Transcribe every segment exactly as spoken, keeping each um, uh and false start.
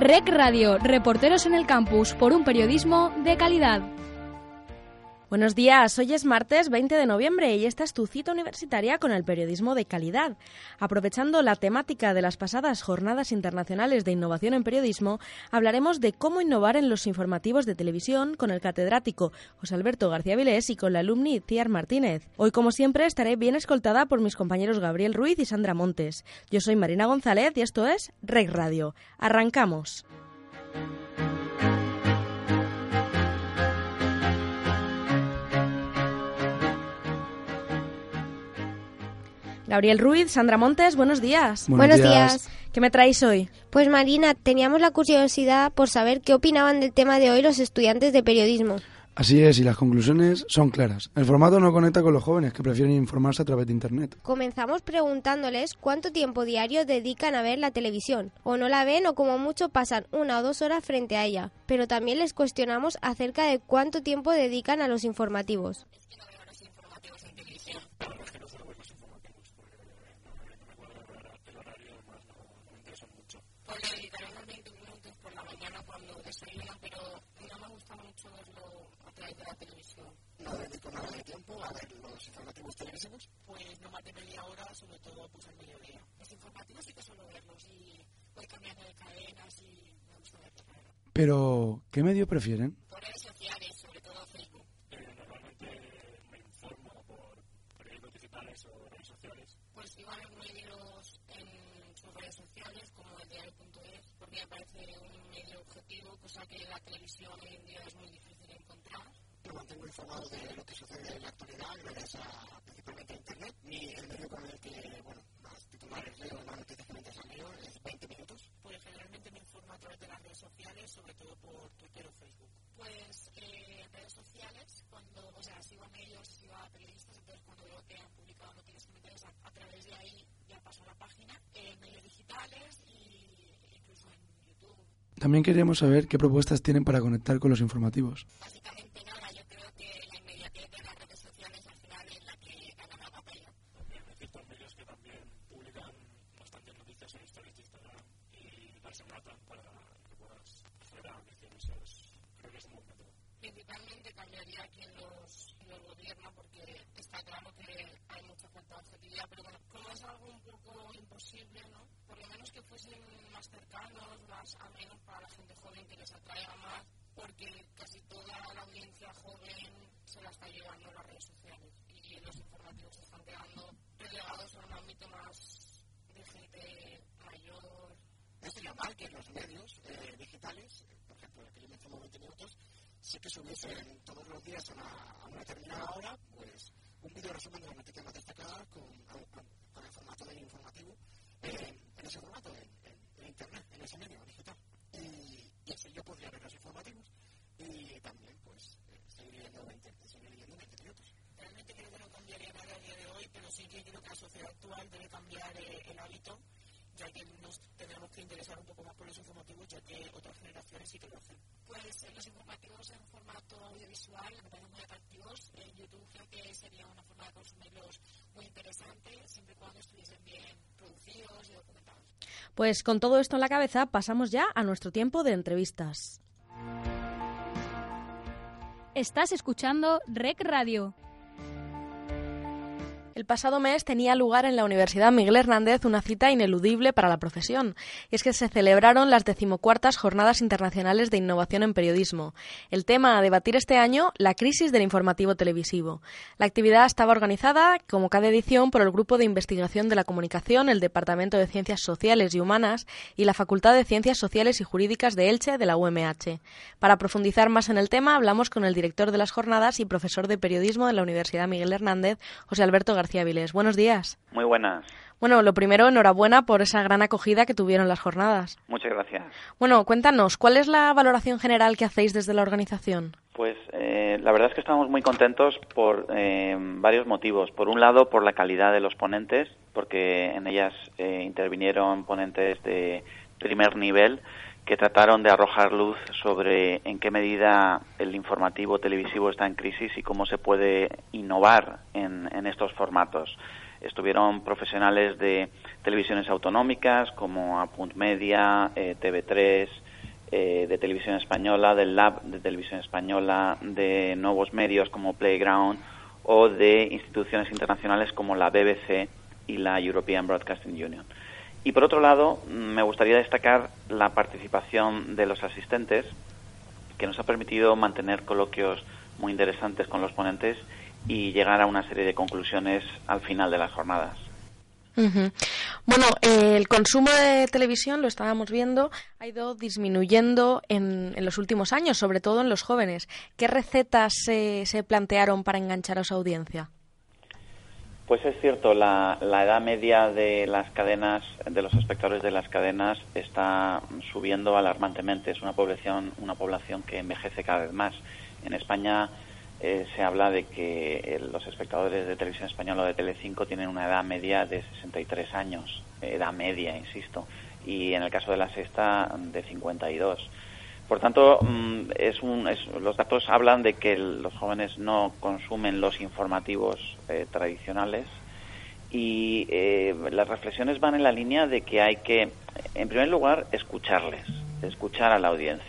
R E C Radio, reporteros en el campus por un periodismo de calidad. Buenos días, hoy es martes veinte de noviembre y esta es tu cita universitaria con el periodismo de calidad. Aprovechando la temática de las pasadas Jornadas Internacionales de Innovación en Periodismo, hablaremos de cómo innovar en los informativos de televisión con el catedrático José Alberto García Vilés y con la alumni Ciar Martínez. Hoy, como siempre, estaré bien escoltada por mis compañeros Gabriel Ruiz y Sandra Montes. Yo soy Marina González y esto es R E C Radio. ¡Arrancamos! Gabriel Ruiz, Sandra Montes, buenos días. Buenos, buenos días. días. ¿Qué me traéis hoy? Pues Marina, teníamos la curiosidad por saber qué opinaban del tema de hoy los estudiantes de periodismo. Así es, y las conclusiones son claras. El formato no conecta con los jóvenes que prefieren informarse a través de Internet. Comenzamos preguntándoles cuánto tiempo diario dedican a ver la televisión. O no la ven o como mucho pasan una o dos horas frente a ella. Pero también les cuestionamos acerca de cuánto tiempo dedican a los informativos. No dedico nada de tiempo a ver los informativos televisivos, pues no más de media hora, sobre todo pues al mediodía. Los informativos sí que suelo verlos y voy cambiando de cadenas y me gusta verlos. Pero, ¿qué medio prefieren? Por redes sociales, sobre todo Facebook. Eh, normalmente me informo por periódicos digitales o redes sociales. Pues sigo a los medios en sus redes sociales, como el diario punto es, porque me parece un medio objetivo, cosa que en la televisión hoy en día es muy difícil de encontrar. Me mantengo informado de lo que sucede en la actualidad gracias a principalmente a Internet. Y el medio con el que, bueno, más titulares leo, más noticias que me interesan leo es veinte minutos. Pues generalmente me informo a través de las redes sociales, sobre todo por Twitter o Facebook. Pues eh, redes sociales, cuando, o sea, sigo a medios, sigo a periodistas, entonces cuando veo que han publicado noticias que me interesan, a través de ahí ya paso a la página, eh, medios digitales y incluso en YouTube. También queríamos saber qué propuestas tienen para conectar con los informativos. Básicamente nada, yo creo que la inmediatez de las redes sociales al final es la que gana la batalla. También hay ciertos medios que también publican bastantes noticias en historias de Instagram y las enlatan para que puedas hacer audiciones. Creo que es un buen método. Principalmente cambiaría aquí en los, en los gobiernos porque está claro que hay mucha falta de objetividad, pero bueno, como es algo un poco imposible, ¿no? Por lo menos que fuesen más cercanos, más amenos para la gente joven, que les atraiga más, porque casi toda la audiencia joven se la está llevando a las redes sociales y los informativos se están quedando relegados a un ámbito más de gente mayor. No sería mal que los medios eh, digitales, eh, por ejemplo, el que yo me informo veinte minutos, sí que subiesen todos los días a una, a una determinada hora, pues un vídeo resumen de las noticias más destacadas con, con, con el formato del informativo, eh, en ese formato, en, en, en Internet, en ese medio digital. Y, y así yo podría ver los informativos y también, pues, eh, seguir leyendo veinte, seguir leyendo veinte minutos. Realmente creo que no cambiaría nada a día de hoy, pero sí que creo que la sociedad actual debe cambiar eh, el hábito, ya que nos tendremos que interesar un poco más por los informativos, ya que otras generaciones sí que lo hacen. Pues eh, los informativos en formato audiovisual me parecen muy atractivos. En YouTube creo que sería una forma de consumirlos muy interesante, siempre y cuando estuviesen bien producidos y documentados. Pues con todo esto en la cabeza pasamos ya a nuestro tiempo de entrevistas. Estás escuchando R E C Radio. El pasado mes tenía lugar en la Universidad Miguel Hernández una cita ineludible para la profesión, y es que se celebraron las decimocuartas Jornadas Internacionales de Innovación en Periodismo. El tema a debatir este año, la crisis del informativo televisivo. La actividad estaba organizada, como cada edición, por el Grupo de Investigación de la Comunicación, el Departamento de Ciencias Sociales y Humanas y la Facultad de Ciencias Sociales y Jurídicas de Elche de la U M H. Para profundizar más en el tema, hablamos con el director de las jornadas y profesor de periodismo de la Universidad Miguel Hernández, José Alberto García Vilés. Buenos días. Muy buenas. Bueno, lo primero, enhorabuena por esa gran acogida que tuvieron las jornadas. Muchas gracias. Bueno, cuéntanos, ¿cuál es la valoración general que hacéis desde la organización? Pues eh, la verdad es que estamos muy contentos por eh, varios motivos. Por un lado, por la calidad de los ponentes, porque en ellas eh, intervinieron ponentes de primer nivel que trataron de arrojar luz sobre en qué medida el informativo televisivo está en crisis y cómo se puede innovar en, en estos formatos. Estuvieron profesionales de televisiones autonómicas como Apunt Media, eh, T V tres, eh, de Televisión Española, del Lab de Televisión Española, de nuevos medios como Playground o de instituciones internacionales como la B B C y la European Broadcasting Union. Y por otro lado, me gustaría destacar la participación de los asistentes, que nos ha permitido mantener coloquios muy interesantes con los ponentes y llegar a una serie de conclusiones al final de las jornadas. Uh-huh. Bueno, eh, el consumo de televisión, lo estábamos viendo, ha ido disminuyendo en, en los últimos años, sobre todo en los jóvenes. ¿Qué recetas se, se plantearon para enganchar a su audiencia? Pues es cierto, la, la edad media de las cadenas, de los espectadores de las cadenas, está subiendo alarmantemente. Es una población, una población que envejece cada vez más. En España eh, se habla de que eh, los espectadores de Televisión Española o de Telecinco tienen una edad media de sesenta y tres años, edad media, insisto, y en el caso de La Sexta de cincuenta y dos. Por tanto, es un, es, los datos hablan de que los jóvenes no consumen los informativos eh, tradicionales y eh, las reflexiones van en la línea de que hay que, en primer lugar, escucharles, escuchar a la audiencia.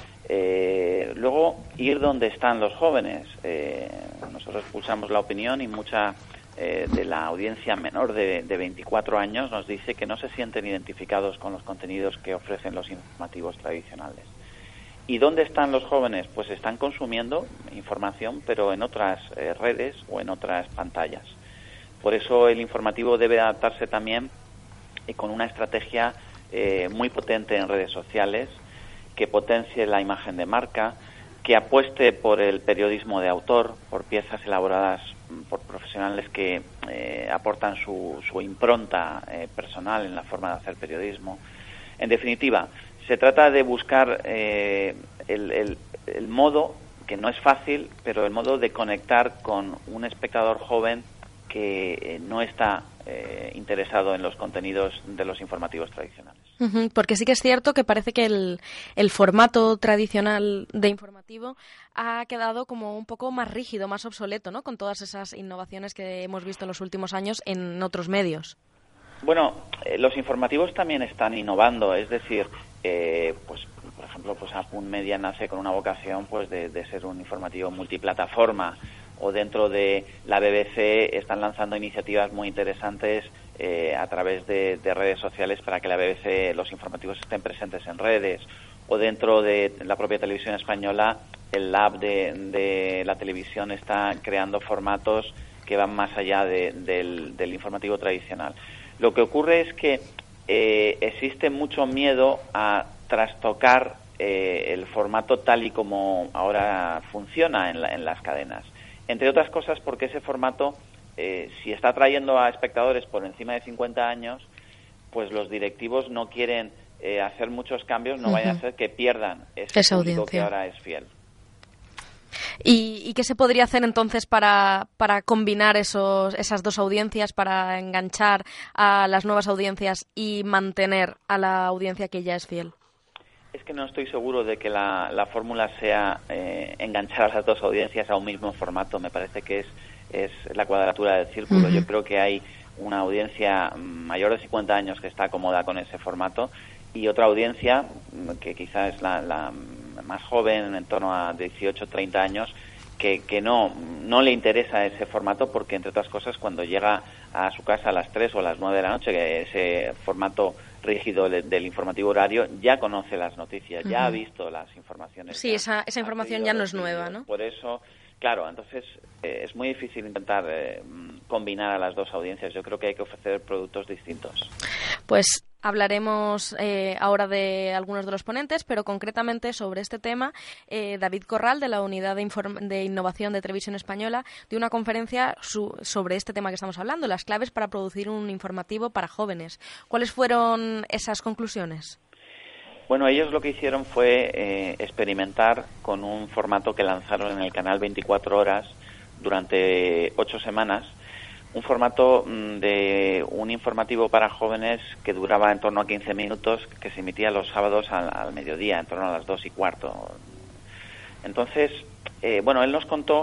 Eh, luego, ir donde están los jóvenes. Eh, nosotros escuchamos la opinión y mucha eh, de la audiencia menor de, de veinticuatro años nos dice que no se sienten identificados con los contenidos que ofrecen los informativos tradicionales. ¿Y dónde están los jóvenes? Pues están consumiendo información, pero en otras eh, redes o en otras pantallas. Por eso el informativo debe adaptarse también eh, con una estrategia eh, muy potente en redes sociales, que potencie la imagen de marca, que apueste por el periodismo de autor, por piezas elaboradas por profesionales que eh, aportan su, su impronta eh, personal en la forma de hacer periodismo. En definitiva, se trata de buscar eh, el, el, el modo, que no es fácil, pero el modo de conectar con un espectador joven que eh, no está eh, interesado en los contenidos de los informativos tradicionales. Uh-huh, porque sí que es cierto que parece que el, el formato tradicional de informativo ha quedado como un poco más rígido, más obsoleto, ¿no? Con todas esas innovaciones que hemos visto en los últimos años en otros medios. Bueno, eh, los informativos también están innovando, es decir, eh, pues por ejemplo, pues Apunt Media nace con una vocación pues de, de ser un informativo multiplataforma, o dentro de la B B C están lanzando iniciativas muy interesantes eh, a través de, de redes sociales para que la B B C, los informativos estén presentes en redes, o dentro de la propia Televisión Española el Lab de, de la televisión está creando formatos que van más allá de, del, del informativo tradicional. Lo que ocurre es que eh, existe mucho miedo a trastocar eh, el formato tal y como ahora funciona en, la, en las cadenas. Entre otras cosas porque ese formato, eh, si está trayendo a espectadores por encima de cincuenta años, pues los directivos no quieren eh, hacer muchos cambios, no uh-huh. vayan a hacer que pierdan ese esa público audiencia que ahora es fiel. ¿Y, y qué se podría hacer entonces para, para combinar esos, esas dos audiencias, para enganchar a las nuevas audiencias y mantener a la audiencia que ya es fiel? Es que no estoy seguro de que la, la fórmula sea eh, enganchar a las dos audiencias a un mismo formato. Me parece que es, es la cuadratura del círculo. Uh-huh. Yo creo que hay una audiencia mayor de cincuenta años que está cómoda con ese formato y otra audiencia que quizás es la, la más joven, en torno a dieciocho, treinta años, que, que no, no le interesa ese formato porque, entre otras cosas, cuando llega a su casa a las tres o a las nueve de la noche, que ese formato rígido de, del informativo horario, ya conoce las noticias, uh-huh. ya ha visto las informaciones. Sí, esa, esa información ya no es nueva, ¿no? Por eso, claro, entonces eh, es muy difícil intentar eh, combinar a las dos audiencias. Yo creo que hay que ofrecer productos distintos. Pues hablaremos eh, ahora de algunos de los ponentes, pero concretamente sobre este tema, eh, David Corral, de la Unidad de, Inform- de Innovación de Televisión Española, dio una conferencia su- sobre este tema que estamos hablando, las claves para producir un informativo para jóvenes. ¿Cuáles fueron esas conclusiones? Bueno, ellos lo que hicieron fue eh, experimentar con un formato que lanzaron en el canal veinticuatro horas durante ocho semanas, un formato de un informativo para jóvenes que duraba en torno a quince minutos, que se emitía los sábados al, al mediodía, en torno a las dos y cuarto. Entonces, eh, bueno, él nos contó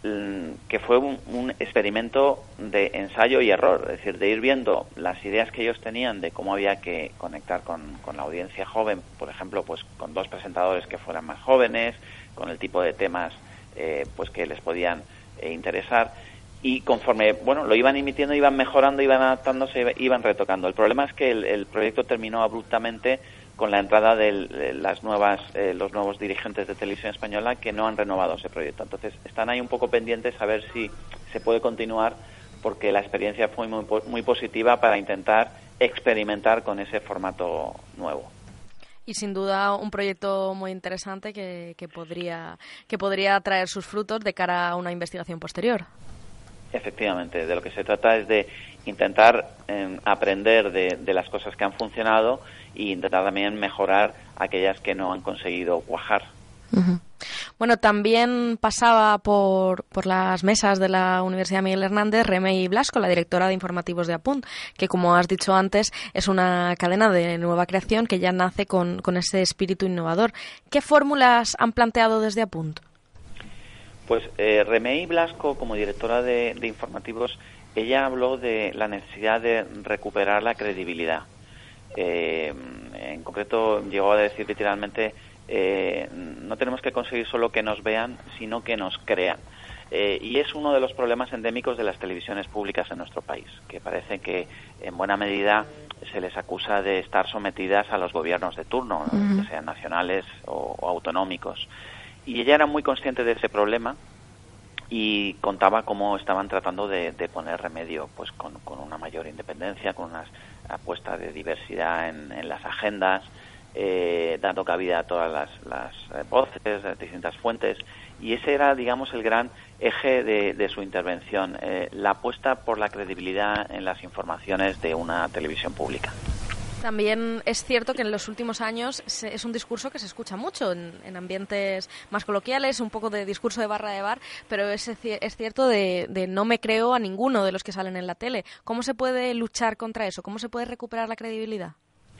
que fue un, un experimento de ensayo y error, es decir, de ir viendo las ideas que ellos tenían de cómo había que conectar con, con la audiencia joven, por ejemplo, pues con dos presentadores que fueran más jóvenes, con el tipo de temas eh, pues que les podían eh, interesar, y conforme bueno lo iban emitiendo, iban mejorando, iban adaptándose, iban retocando. El problema es que el, el proyecto terminó abruptamente con la entrada de las nuevas, eh, los nuevos dirigentes de Televisión Española, que no han renovado ese proyecto. Entonces están ahí un poco pendientes a ver si se puede continuar, porque la experiencia fue muy, muy positiva para intentar experimentar con ese formato nuevo. Y sin duda un proyecto muy interesante que, que podría que podría traer sus frutos de cara a una investigación posterior. Efectivamente, de lo que se trata es de intentar eh, aprender de, de las cosas que han funcionado e intentar también mejorar aquellas que no han conseguido cuajar. Uh-huh. Bueno, también pasaba por, por las mesas de la Universidad Miguel Hernández Remei Blasco, la directora de informativos de Apunt, que, como has dicho antes, es una cadena de nueva creación que ya nace con, con ese espíritu innovador. ¿Qué fórmulas han planteado desde Apunt? Pues eh, Remei Blasco, como directora de, de informativos, ella habló de la necesidad de recuperar la credibilidad. Eh, en concreto, llegó a decir literalmente, eh, no tenemos que conseguir solo que nos vean, sino que nos crean. Eh, y es uno de los problemas endémicos de las televisiones públicas en nuestro país, que parece que en buena medida se les acusa de estar sometidas a los gobiernos de turno, uh-huh. que sean nacionales o, o autonómicos. Y ella era muy consciente de ese problema y contaba cómo estaban tratando de, de poner remedio, pues con, con una mayor independencia, con unas apuestas de diversidad en, en las agendas, eh, dando cabida a todas las, las voces, las distintas fuentes. Y ese era, digamos, el gran eje de, de su intervención, eh, la apuesta por la credibilidad en las informaciones de una televisión pública. También es cierto que en los últimos años es un discurso que se escucha mucho en, en ambientes más coloquiales, un poco de discurso de barra de bar, pero es, es cierto de, de no me creo a ninguno de los que salen en la tele. ¿Cómo se puede luchar contra eso? ¿Cómo se puede recuperar la credibilidad?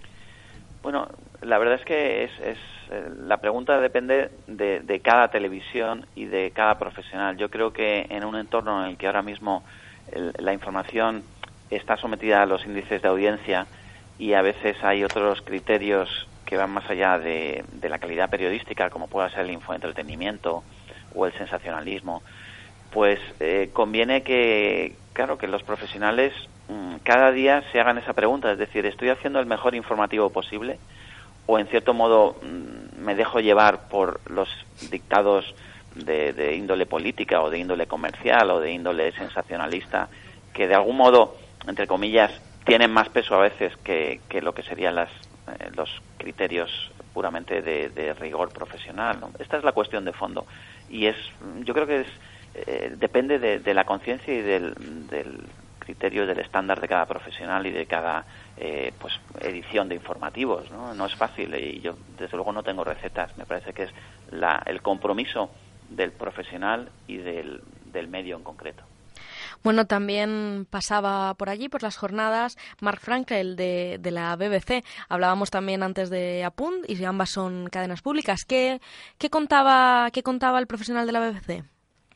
Bueno, la verdad es que es, es la pregunta depende de, de cada televisión y de cada profesional. Yo creo que en un entorno en el que ahora mismo el, la información está sometida a los índices de audiencia, y a veces hay otros criterios que van más allá de, de la calidad periodística, como pueda ser el infoentretenimiento o el sensacionalismo, pues eh, conviene que, claro, que los profesionales mmm, cada día se hagan esa pregunta, es decir, ¿estoy haciendo el mejor informativo posible? ¿O en cierto modo mmm, me dejo llevar por los dictados de, de índole política o de índole comercial o de índole sensacionalista, que de algún modo, entre comillas, tienen más peso a veces que, que lo que serían las, eh, los criterios puramente de, de rigor profesional, ¿no? Esta es la cuestión de fondo y es, yo creo que es eh, depende de, de la conciencia y del, del criterio, del estándar de cada profesional y de cada eh, pues edición de informativos, ¿no? No es fácil y yo desde luego no tengo recetas. Me parece que es la, el compromiso del profesional y del, del medio en concreto. Bueno, también pasaba por allí, por las jornadas, Mark Frankel de, de la B B C. Hablábamos también antes de Apunt y ambas son cadenas públicas. ¿Qué, qué, contaba, qué contaba el profesional de la B B C?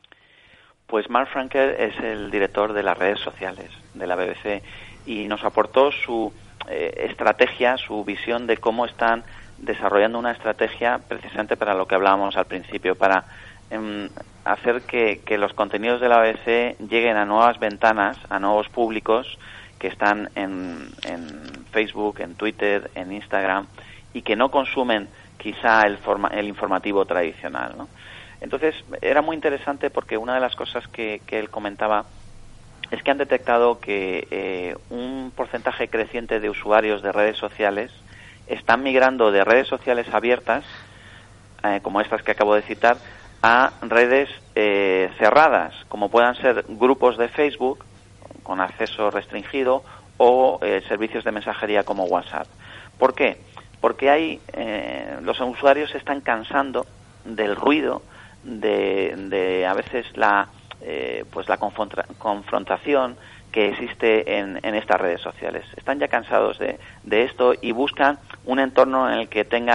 Pues Mark Frankel es el director de las redes sociales de la B B C y nos aportó su eh, estrategia, su visión de cómo están desarrollando una estrategia precisamente para lo que hablábamos al principio, para eh, hacer que, que los contenidos de la B B C lleguen a nuevas ventanas, a nuevos públicos que están en, en Facebook, en Twitter, en Instagram y que no consumen quizá el, forma, el informativo tradicional, ¿no? Entonces era muy interesante porque una de las cosas que, que él comentaba es que han detectado que eh, un porcentaje creciente de usuarios de redes sociales están migrando de redes sociales abiertas, eh, como estas que acabo de citar, a redes eh, cerradas, como puedan ser grupos de Facebook con acceso restringido o eh, servicios de mensajería como WhatsApp. ¿Por qué? Porque hay eh, los usuarios se están cansando del ruido, de, de a veces la eh, pues la confronta- confrontación que existe en, en estas redes sociales. Están ya cansados de, de esto y buscan un entorno en el que tengan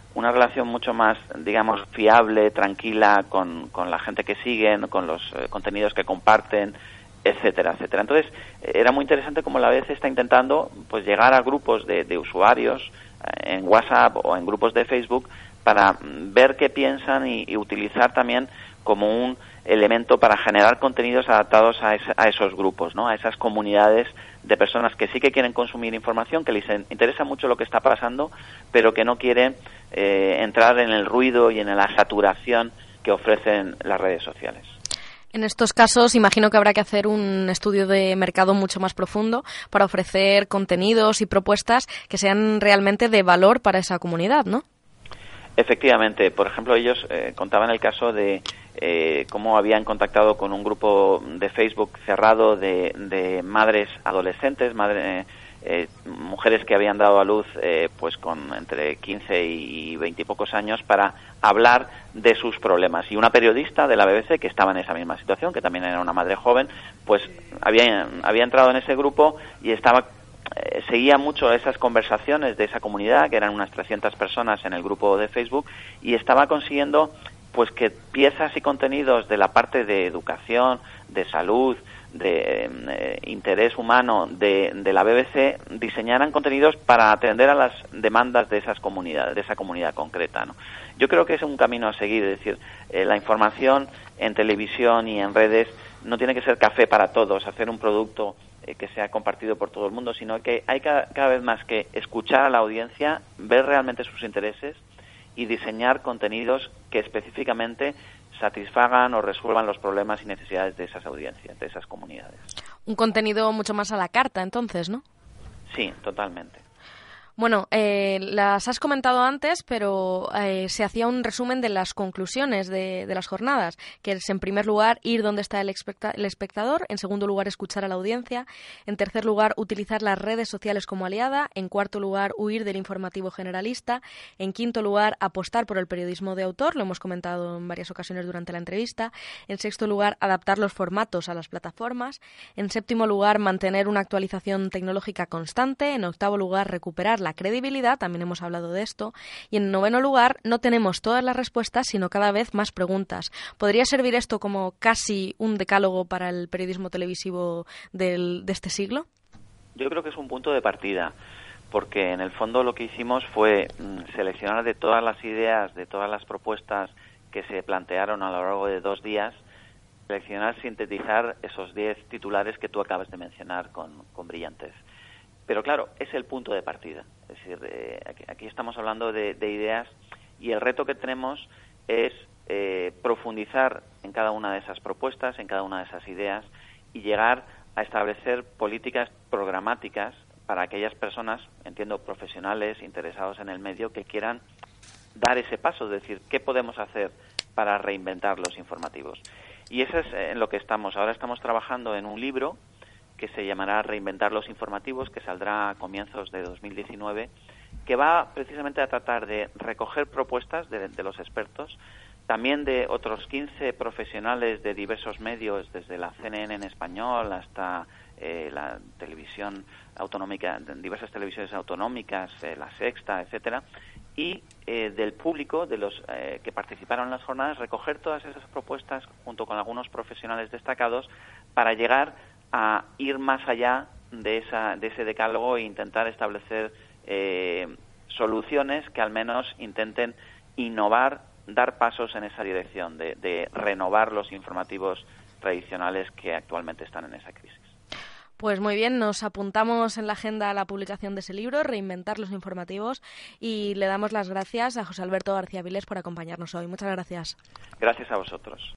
una relación mucho más, digamos, fiable, tranquila con, con la gente que siguen, con los eh, contenidos que comparten, etcétera, etcétera. Entonces, era muy interesante como la B B C está intentando pues llegar a grupos de, de usuarios eh, en WhatsApp o en grupos de Facebook para ver qué piensan y, y utilizar también como un elemento para generar contenidos adaptados a, es, a esos grupos, ¿no? A esas comunidades de personas que sí que quieren consumir información, que les interesa mucho lo que está pasando, pero que no quieren eh, entrar en el ruido y en la saturación que ofrecen las redes sociales. En estos casos, imagino que habrá que hacer un estudio de mercado mucho más profundo para ofrecer contenidos y propuestas que sean realmente de valor para esa comunidad, ¿no? Efectivamente. Por ejemplo, ellos eh, contaban el caso de eh, cómo habían contactado con un grupo de Facebook cerrado de, de madres adolescentes, madre, eh, eh, mujeres que habían dado a luz eh, pues con entre quince y veinte y pocos años, para hablar de sus problemas. Y una periodista de la B B C que estaba en esa misma situación, que también era una madre joven, pues había, había entrado en ese grupo y estaba eh, seguía mucho esas conversaciones de esa comunidad, que eran unas trescientas personas en el grupo de Facebook, y estaba consiguiendo pues que piezas y contenidos de la parte de educación, de salud, de eh, interés humano de, de la B B C diseñaran contenidos para atender a las demandas de esas comunidades, de esa comunidad concreta, ¿no? Yo creo que es un camino a seguir, es decir, eh, la información en televisión y en redes no tiene que ser café para todos, hacer un producto eh, que sea compartido por todo el mundo, sino que hay cada, cada vez más que escuchar a la audiencia, ver realmente sus intereses y diseñar contenidos que específicamente satisfagan o resuelvan los problemas y necesidades de esas audiencias, de esas comunidades. Un contenido mucho más a la carta, entonces, ¿no? Sí, totalmente. Bueno, eh, las has comentado antes, pero eh, se hacía un resumen de las conclusiones de, de las jornadas, que es, en primer lugar, ir donde está el, especta- el espectador, en segundo lugar, escuchar a la audiencia, en tercer lugar, utilizar las redes sociales como aliada, en cuarto lugar, huir del informativo generalista, en quinto lugar, apostar por el periodismo de autor, lo hemos comentado en varias ocasiones durante la entrevista, en sexto lugar, adaptar los formatos a las plataformas, en séptimo lugar, mantener una actualización tecnológica constante, en octavo lugar, recuperar la credibilidad, también hemos hablado de esto, y en noveno lugar, no tenemos todas las respuestas, sino cada vez más preguntas. ¿Podría servir esto como casi un decálogo para el periodismo televisivo del, de este siglo? Yo creo que es un punto de partida, porque en el fondo lo que hicimos fue mm, seleccionar de todas las ideas, de todas las propuestas que se plantearon a lo largo de dos días, seleccionar, sintetizar esos diez titulares que tú acabas de mencionar con, con brillantez. Pero claro, es el punto de partida. Es decir, eh, aquí, aquí estamos hablando de, de ideas, y el reto que tenemos es eh, profundizar en cada una de esas propuestas, en cada una de esas ideas, y llegar a establecer políticas programáticas para aquellas personas, entiendo, profesionales, interesados en el medio, que quieran dar ese paso, es decir, ¿qué podemos hacer para reinventar los informativos? Y eso es en lo que estamos. Ahora estamos trabajando en un libro que se llamará Reinventar los informativos, que saldrá a comienzos de dos mil diecinueve, que va precisamente a tratar de recoger propuestas de, de los expertos, también de otros quince profesionales de diversos medios, desde la C N N en español hasta eh, la televisión autonómica, diversas televisiones autonómicas, eh, La Sexta, etcétera, y eh, del público, de los eh, que participaron en las jornadas, recoger todas esas propuestas junto con algunos profesionales destacados para llegar a ir más allá de esa de ese decálogo e intentar establecer eh, soluciones que al menos intenten innovar, dar pasos en esa dirección de, de renovar los informativos tradicionales que actualmente están en esa crisis. Pues muy bien, nos apuntamos en la agenda a la publicación de ese libro, Reinventar los informativos, y le damos las gracias a José Alberto García Vilés por acompañarnos hoy. Muchas gracias. Gracias a vosotros.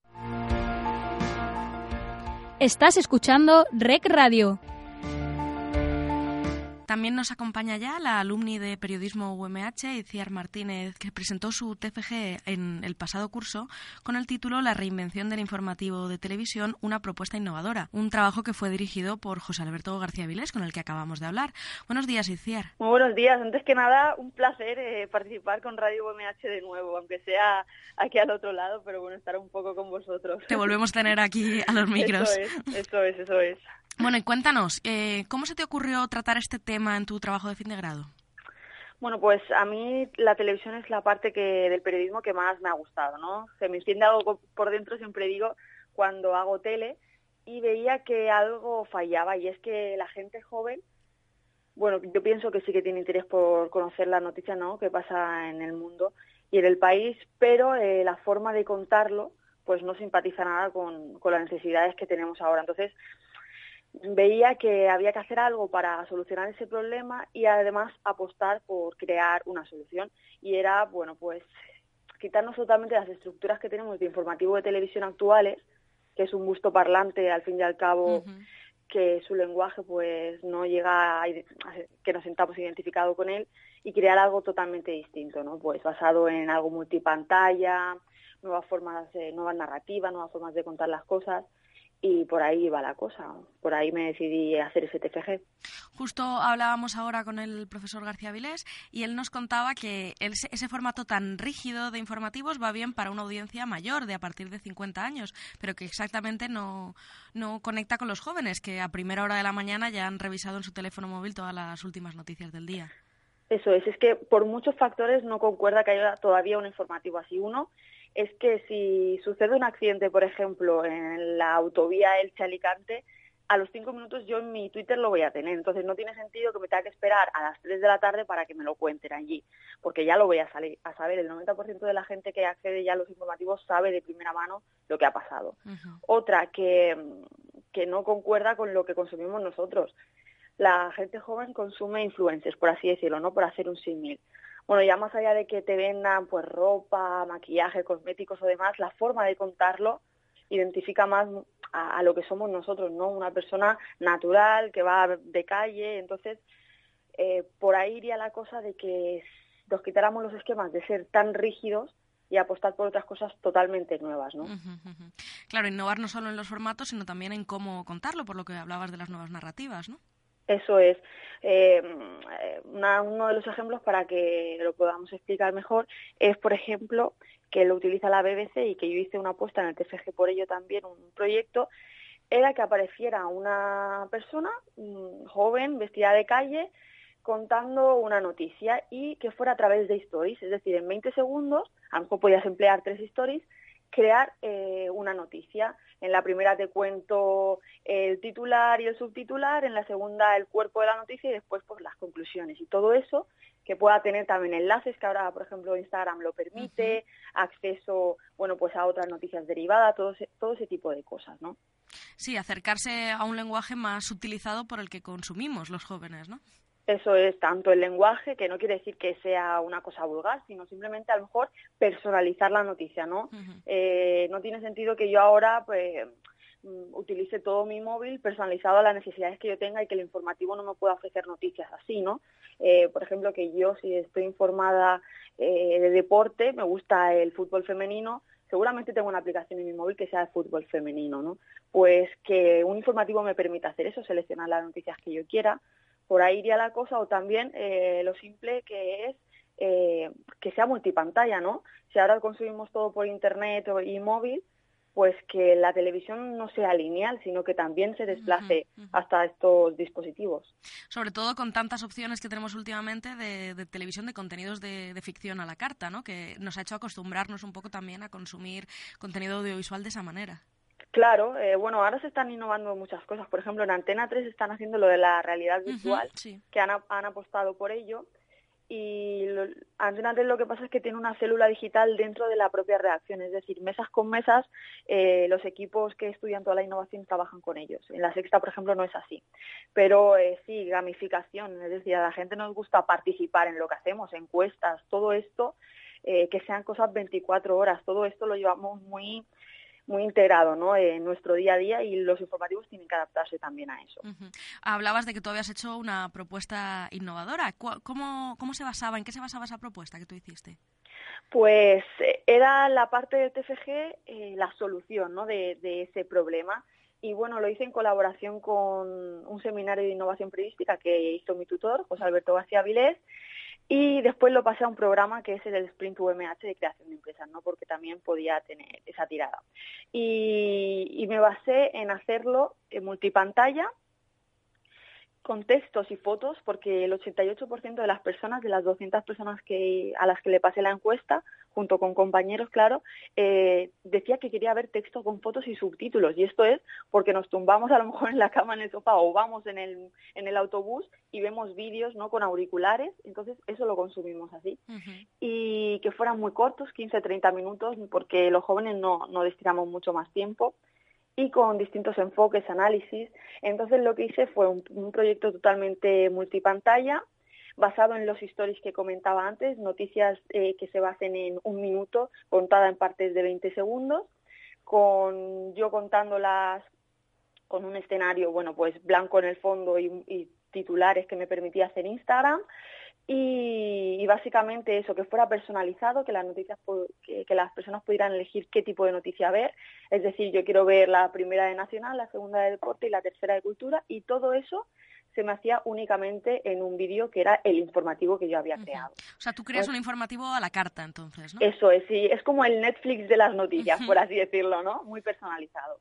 Estás escuchando Rec Radio. También nos acompaña ya la alumni de Periodismo U M H, Itziar Martínez, que presentó su T F G en el pasado curso con el título La reinvención del informativo de televisión, una propuesta innovadora. Un trabajo que fue dirigido por José Alberto García Vilés, con el que acabamos de hablar. Buenos días, Itziar. Muy buenos días. Antes que nada, un placer eh, participar con Radio U M H de nuevo, aunque sea aquí al otro lado, pero bueno, estar un poco con vosotros. Te volvemos a tener aquí a los micros. Eso es, eso es, eso es. Bueno, y cuéntanos, eh, ¿cómo se te ocurrió tratar este tema en tu trabajo de fin de grado? Bueno, pues a mí la televisión es la parte que del periodismo que más me ha gustado, ¿no? Se me enciende algo por dentro, siempre digo, cuando hago tele, y veía que algo fallaba, y es que la gente joven, bueno, yo pienso que sí que tiene interés por conocer las noticias, ¿no?, que pasa en el mundo y en el país, pero eh, la forma de contarlo pues no simpatiza nada con, con las necesidades que tenemos ahora. Entonces, veía que había que hacer algo para solucionar ese problema y además apostar por crear una solución. Y era, bueno, pues quitarnos totalmente las estructuras que tenemos de informativo de televisión actuales, que es un busto parlante, al fin y al cabo, uh-huh. que su lenguaje pues no llega a, a que nos sentamos identificados con él, y crear algo totalmente distinto, ¿no? Pues basado en algo multipantalla, nuevas formas, eh, nuevas narrativas, nuevas formas de contar las cosas. Y por ahí va la cosa, por ahí me decidí a hacer ese T F G. Justo hablábamos ahora con el profesor García Vilés y él nos contaba que el, ese formato tan rígido de informativos va bien para una audiencia mayor, de a partir de cincuenta años, pero que exactamente no, no conecta con los jóvenes, que a primera hora de la mañana ya han revisado en su teléfono móvil todas las últimas noticias del día. Eso es, es que por muchos factores no concuerda que haya todavía un informativo así. Uno es que si sucede un accidente, por ejemplo, en la autovía Elche-Alicante, a los cinco minutos yo en mi Twitter lo voy a tener. Entonces no tiene sentido que me tenga que esperar a las tres de la tarde para que me lo cuenten allí, porque ya lo voy a, salir, a saber. El noventa por ciento de la gente que accede ya a los informativos sabe de primera mano lo que ha pasado. Uh-huh. Otra que, que no concuerda con lo que consumimos nosotros. La gente joven consume influencers, por así decirlo, ¿no? Por hacer un símil. Bueno, ya más allá de que te vendan pues ropa, maquillaje, cosméticos o demás, la forma de contarlo identifica más a, a lo que somos nosotros, ¿no? Una persona natural que va de calle. Entonces, eh, por ahí iría la cosa de que nos quitáramos los esquemas de ser tan rígidos y apostar por otras cosas totalmente nuevas, ¿no? Uh-huh, uh-huh. Claro, innovar no solo en los formatos, sino también en cómo contarlo, por lo que hablabas de las nuevas narrativas, ¿no? Eso es. Eh, una, uno de los ejemplos, para que lo podamos explicar mejor, es, por ejemplo, que lo utiliza la B B C y que yo hice una apuesta en el T F G por ello también, un proyecto, era que apareciera una persona um, joven, vestida de calle, contando una noticia, y que fuera a través de stories, es decir, en veinte segundos, a lo mejor podías emplear tres stories, crear eh, una noticia. En la primera te cuento el titular y el subtitular, en la segunda el cuerpo de la noticia y después pues las conclusiones. Y todo eso que pueda tener también enlaces, que ahora, por ejemplo, Instagram lo permite, uh-huh. acceso, bueno, pues a otras noticias derivadas, todo ese, todo ese tipo de cosas, ¿no? Sí, acercarse a un lenguaje más utilizado por el que consumimos los jóvenes, ¿no? Eso es, tanto el lenguaje, que no quiere decir que sea una cosa vulgar, sino simplemente a lo mejor personalizar la noticia, ¿no? Uh-huh. Eh, no tiene sentido que yo ahora pues utilice todo mi móvil personalizado a las necesidades que yo tenga y que el informativo no me pueda ofrecer noticias así, ¿no? Eh, por ejemplo, que yo, si estoy informada eh, de deporte, me gusta el fútbol femenino, seguramente tengo una aplicación en mi móvil que sea de fútbol femenino, ¿no? Pues que un informativo me permita hacer eso, seleccionar las noticias que yo quiera. Por ahí iría la cosa, o también eh, lo simple que es eh, que sea multipantalla, ¿no? Si ahora consumimos todo por internet y móvil, pues que la televisión no sea lineal, sino que también se desplace uh-huh, uh-huh. hasta estos dispositivos. Sobre todo con tantas opciones que tenemos últimamente de, de televisión, de contenidos de, de ficción a la carta, ¿no? Que nos ha hecho acostumbrarnos un poco también a consumir contenido audiovisual de esa manera. Claro, eh, bueno, ahora se están innovando muchas cosas. Por ejemplo, en Antena tres están haciendo lo de la realidad virtual, uh-huh, sí. que han, han apostado por ello. Y lo, Antena tres lo que pasa es que tiene una célula digital dentro de la propia redacción, es decir, mesas con mesas, eh, los equipos que estudian toda la innovación trabajan con ellos. En La Sexta, por ejemplo, no es así. Pero eh, sí, gamificación, es decir, a la gente nos gusta participar en lo que hacemos, encuestas, todo esto, eh, que sean cosas veinticuatro horas, todo esto lo llevamos muy... muy integrado, ¿no?, en nuestro día a día, y los informativos tienen que adaptarse también a eso. Uh-huh. Hablabas de que tú habías hecho una propuesta innovadora. ¿Cómo, cómo se basaba, en qué se basaba esa propuesta que tú hiciste? Pues era la parte del T F G, eh, la solución, ¿no?, de, de ese problema. Y bueno, lo hice en colaboración con un seminario de innovación periodística que hizo mi tutor, José Alberto García Vilés, y después lo pasé a un programa que es el Sprint U M H de creación de empresas, ¿no?, porque también podía tener esa tirada. Y, y me basé en hacerlo en multipantalla con textos y fotos, porque el ochenta y ocho por ciento de las personas, de las doscientas personas que a las que le pasé la encuesta, junto con compañeros, claro, eh, decía que quería ver texto con fotos y subtítulos. Y esto es porque nos tumbamos a lo mejor en la cama, en el sofá, o vamos en el, en el autobús y vemos vídeos, ¿no?, con auriculares. Entonces eso lo consumimos así. Uh-huh. Y que fueran muy cortos, quince a treinta minutos, porque los jóvenes no, no destinamos mucho más tiempo, y con distintos enfoques, análisis. Entonces lo que hice fue un, un proyecto totalmente multipantalla, basado en los stories que comentaba antes, noticias eh, que se basen en un minuto, contada en partes de veinte segundos, con yo contándolas con un escenario, bueno, pues blanco en el fondo y, y titulares que me permitía hacer Instagram, y, y básicamente eso, que fuera personalizado, que las noticias que, que las personas pudieran elegir qué tipo de noticia ver. Es decir, yo quiero ver la primera de Nacional, la segunda de Deporte y la tercera de Cultura, y todo eso se me hacía únicamente en un vídeo que era el informativo que yo había creado. Uh-huh. O sea, tú creas pues, un informativo a la carta, entonces, ¿no? Eso es, sí, es como el Netflix de las noticias, uh-huh. por así decirlo, ¿no? Muy personalizado.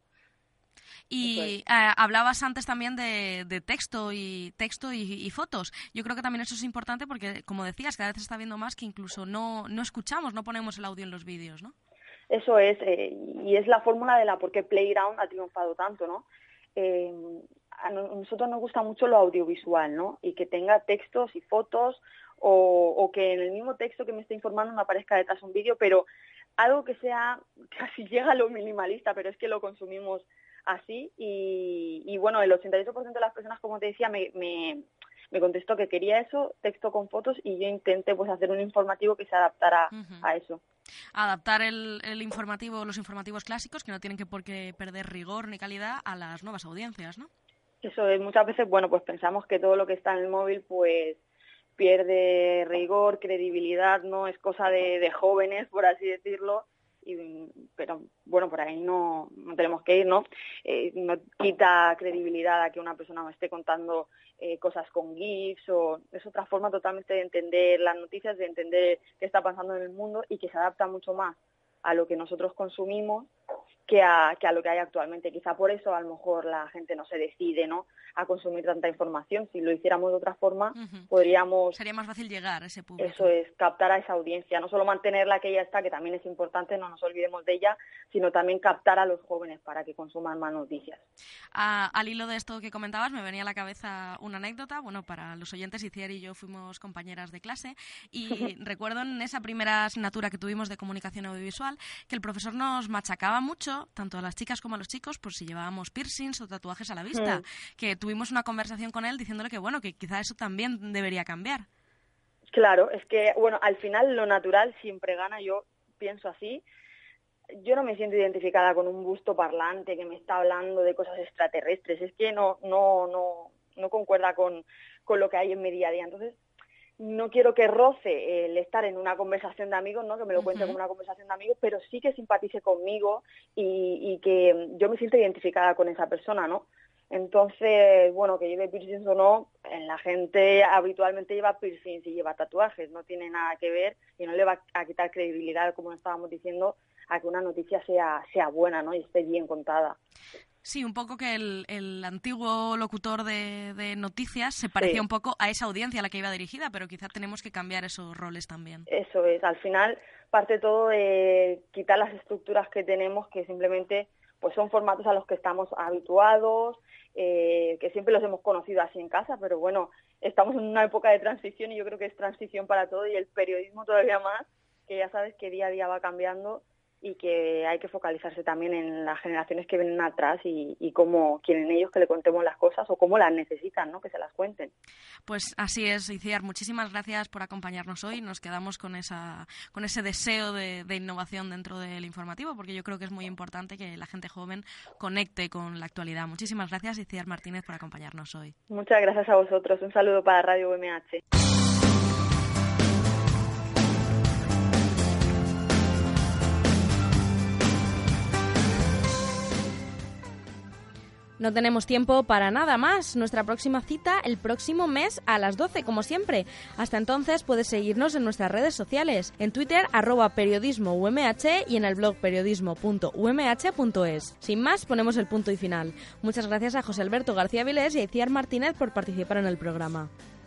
Y eh, hablabas antes también de, de texto y texto y, y fotos. Yo creo que también eso es importante porque, como decías, cada vez se está viendo más que incluso no, no escuchamos, no ponemos el audio en los vídeos, ¿no? Eso es, eh, y es la fórmula de la por qué Playground ha triunfado tanto, ¿no? Eh, a nosotros nos gusta mucho lo audiovisual, ¿no? Y que tenga textos y fotos, o, o que en el mismo texto que me esté informando me aparezca detrás un vídeo, pero algo que sea, casi llega a lo minimalista, pero es que lo consumimos así, y, y bueno, el ochenta y ocho por ciento de las personas, como te decía, me, me, me contestó que quería eso, texto con fotos, y yo intenté pues hacer un informativo que se adaptara uh-huh. a eso. Adaptar el, el informativo, los informativos clásicos, que no tienen que por qué perder rigor ni calidad, a las nuevas audiencias, ¿no? Eso es, muchas veces, bueno, pues pensamos que todo lo que está en el móvil, pues pierde rigor, credibilidad, ¿no? Es cosa de, de jóvenes, por así decirlo. Y, pero bueno, por ahí no, no tenemos que ir, ¿no? Eh, no quita credibilidad a que una persona me esté contando eh, cosas con GIFs, o es otra forma totalmente de entender las noticias, de entender qué está pasando en el mundo, y que se adapta mucho más a lo que nosotros consumimos que a, que a lo que hay actualmente. Quizá por eso a lo mejor la gente no se decide, ¿no?, a consumir tanta información. Si lo hiciéramos de otra forma, uh-huh. podríamos... Sería más fácil llegar a ese público. Eso es, captar a esa audiencia. No solo mantenerla que ya está, que también es importante, no nos olvidemos de ella, sino también captar a los jóvenes para que consuman más noticias. Ah, al hilo de esto que comentabas, me venía a la cabeza una anécdota. Bueno, para los oyentes, Itziar y yo fuimos compañeras de clase, y recuerdo en esa primera asignatura que tuvimos de comunicación audiovisual que el profesor nos machacaba mucho, tanto a las chicas como a los chicos, por si llevábamos piercings o tatuajes a la vista. Mm. Que tuvimos una conversación con él diciéndole que, bueno, que quizá eso también debería cambiar. Claro, es que, bueno, al final lo natural siempre gana, yo pienso así. Yo no me siento identificada con un busto parlante que me está hablando de cosas extraterrestres. Es que no no no no concuerda con, con lo que hay en mi día a día. Entonces, no quiero que roce el estar en una conversación de amigos, ¿no?, que me lo cuente uh-huh. como una conversación de amigos, pero sí que simpatice conmigo y, y que yo me sienta identificada con esa persona, ¿no? Entonces, bueno, que lleve piercings o no, la gente habitualmente lleva piercings y lleva tatuajes, no tiene nada que ver, y no le va a quitar credibilidad, como estábamos diciendo, a que una noticia sea, sea buena, ¿no?, y esté bien contada. Sí, un poco que el, el antiguo locutor de, de noticias se parecía sí. un poco a esa audiencia a la que iba dirigida, pero quizá tenemos que cambiar esos roles también. Eso es, al final parte todo de quitar las estructuras que tenemos, que simplemente pues son formatos a los que estamos habituados, eh, que siempre los hemos conocido así en casa, pero bueno, estamos en una época de transición, y yo creo que es transición para todo, y el periodismo todavía más, que ya sabes que día a día va cambiando, y que hay que focalizarse también en las generaciones que vienen atrás y, y cómo quieren ellos que le contemos las cosas, o cómo las necesitan, ¿no?, que se las cuenten. Pues así es, Itziar. Muchísimas gracias por acompañarnos hoy. Nos quedamos con esa con ese deseo de, de innovación dentro del informativo, porque yo creo que es muy importante que la gente joven conecte con la actualidad. Muchísimas gracias, Itziar Martínez, por acompañarnos hoy. Muchas gracias a vosotros. Un saludo para Radio U M H. No tenemos tiempo para nada más. Nuestra próxima cita el próximo mes a las doce, como siempre. Hasta entonces puedes seguirnos en nuestras redes sociales. En Twitter, arroba periodismo U M H y en el blog periodismo punto u m h punto es. Sin más, ponemos el punto y final. Muchas gracias a José Alberto García Vilés y a Iciar Martínez por participar en el programa.